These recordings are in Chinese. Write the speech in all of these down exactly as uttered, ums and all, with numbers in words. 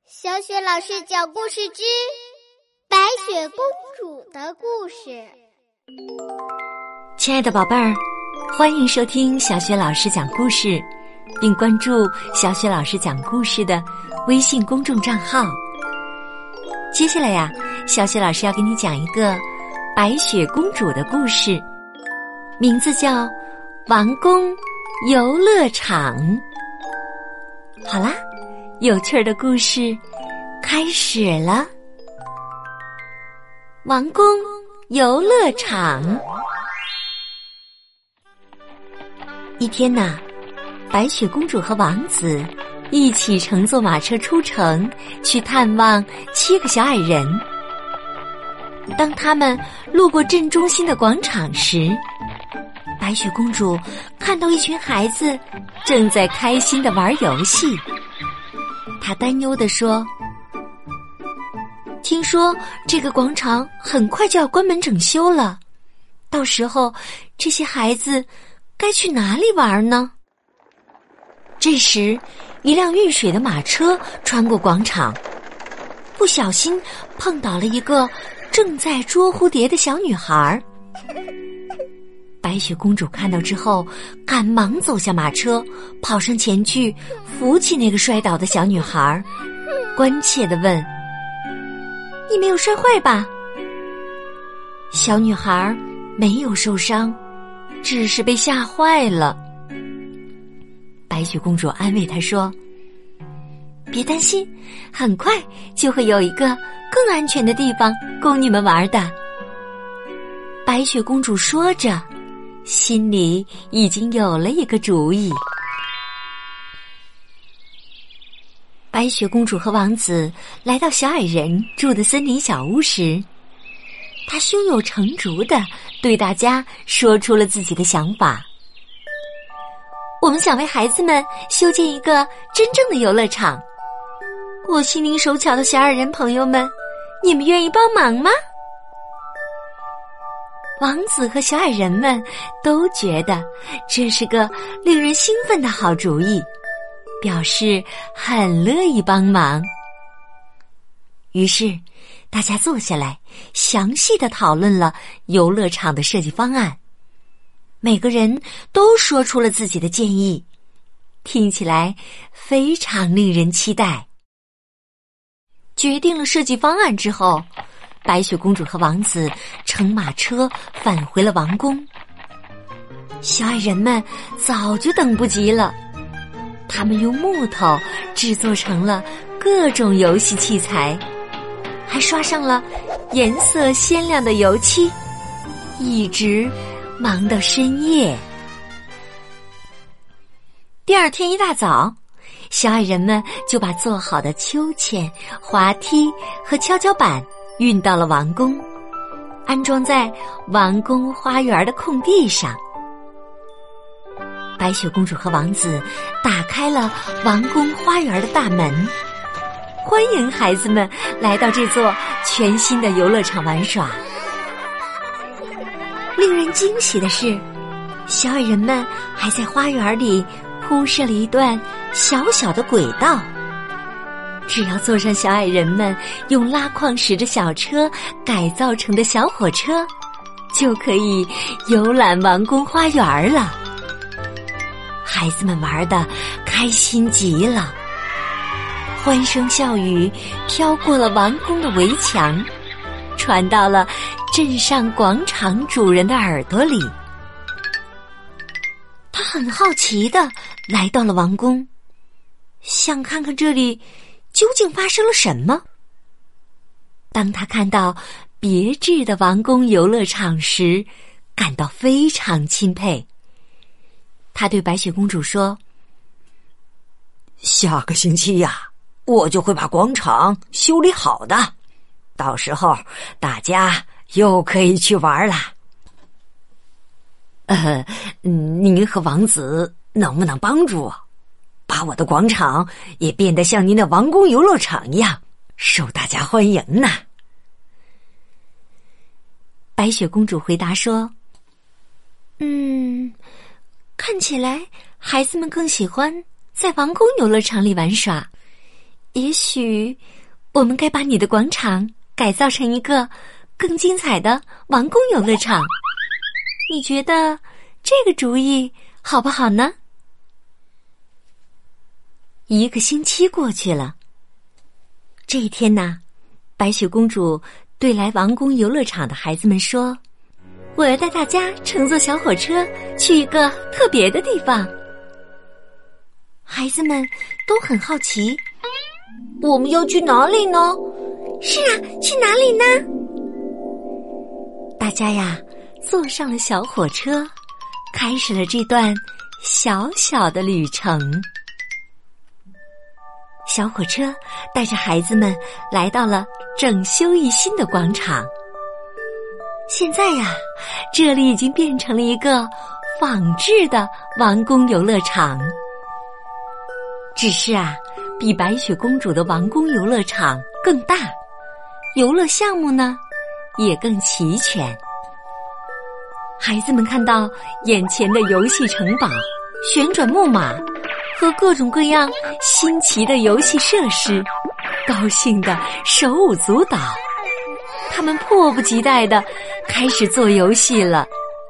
小雪老师讲故事之白雪公主的故事。 亲爱的宝贝儿，欢迎收听小雪老师讲故事，并关注小雪老师讲故事的微信公众账号。接下来呀，小雪老师要给你讲一个白雪公主的故事，名字叫《王宫游乐场》。好啦，有趣的故事开始了。王宫游乐场。一天呐，白雪公主和王子一起乘坐马车出城，去探望七个小矮人。当他们路过镇中心的广场时，白雪公主看到一群孩子正在开心地玩游戏。她担忧地说，听说这个广场很快就要关门整修了，到时候这些孩子该去哪里玩呢？这时，一辆运水的马车穿过广场，不小心碰倒了一个正在捉蝴蝶的小女孩。白雪公主看到之后，赶忙走下马车，跑上前去扶起那个摔倒的小女孩，关切地问，你没有摔坏吧？小女孩没有受伤，只是被吓坏了。白雪公主安慰她说，别担心，很快就会有一个更安全的地方供你们玩的。白雪公主说着，心里已经有了一个主意。白雪公主和王子来到小矮人住的森林小屋时，她胸有成竹地对大家说出了自己的想法。我们想为孩子们修建一个真正的游乐场，我心灵手巧的小矮人朋友们，你们愿意帮忙吗？王子和小矮人们都觉得这是个令人兴奋的好主意，表示很乐意帮忙。于是大家坐下来，详细地讨论了游乐场的设计方案。每个人都说出了自己的建议，听起来非常令人期待。决定了设计方案之后，白雪公主和王子乘马车返回了王宫。小矮人们早就等不及了，他们用木头制作成了各种游戏器材，还刷上了颜色鲜亮的油漆，一直忙到深夜。第二天一大早，小矮人们就把做好的秋千、滑梯和跷跷板运到了王宫，安装在王宫花园的空地上。白雪公主和王子打开了王宫花园的大门，欢迎孩子们来到这座全新的游乐场玩耍。令人惊喜的是，小矮人们还在花园里铺设了一段小小的轨道，只要坐上小矮人们用拉矿石的小车改造成的小火车，就可以游览王宫花园了。孩子们玩得开心极了，欢声笑语飘过了王宫的围墙，传到了镇上广场主人的耳朵里。他很好奇地来到了王宫，想看看这里究竟发生了什么。当他看到别致的王宫游乐场时，感到非常钦佩。他对白雪公主说， 下个星期呀，我就会把广场修理好的，到时候大家又可以去玩了。呃，您和王子能不能帮助我，把我的广场也变得像您的王宫游乐场一样受大家欢迎呢？ 白雪公主回答说，嗯，看起来孩子们更喜欢在王宫游乐场里玩耍， 也许我们该把你的广场改造成一个更精彩的王宫游乐场。你觉得这个主意好不好呢？一个星期过去了，这一天呢，白雪公主对来王宫游乐场的孩子们说：“我要带大家乘坐小火车去一个特别的地方。”孩子们都很好奇，我们要去哪里呢？是啊，去哪里呢？大家呀，坐上了小火车，开始了这段小小的旅程。小火车带着孩子们来到了整修一新的广场。现在呀，这里已经变成了一个仿制的王宫游乐场。只是啊，比白雪公主的王宫游乐场更大，游乐项目呢也更齐全。孩子们看到眼前的游戏城堡、旋转木马和各种各样新奇的游戏设施，高兴得手舞足蹈。他们迫不及待地开始做游戏了。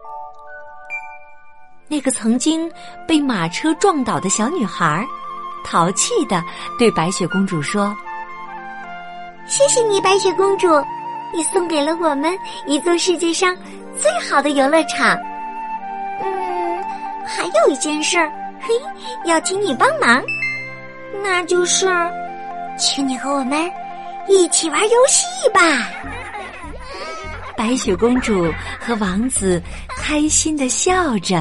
那个曾经被马车撞倒的小女孩淘气地对白雪公主说：“ 谢谢你，白雪公主，你送给了我们一座世界上最好的游乐场。嗯，还有一件事儿，嘿，要请你帮忙，那就是请你和我们一起玩游戏吧。” 白雪公主和王子开心地笑着，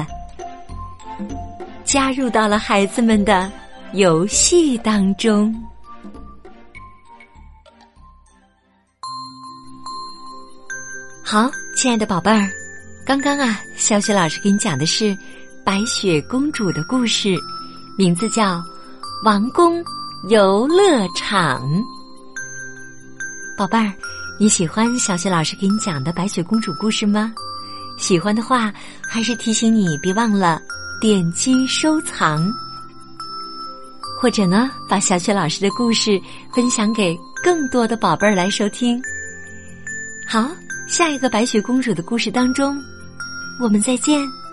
加入到了孩子们的游戏当中。好，亲爱的宝贝儿，刚刚啊，小雪老师给你讲的是白雪公主的故事，名字叫《王宫游乐场》。宝贝儿，你喜欢小雪老师给你讲的白雪公主故事吗？喜欢的话，还是提醒你别忘了点击收藏，或者呢，把小雪老师的故事分享给更多的宝贝儿来收听。好，下一个白雪公主的故事当中，我们再见。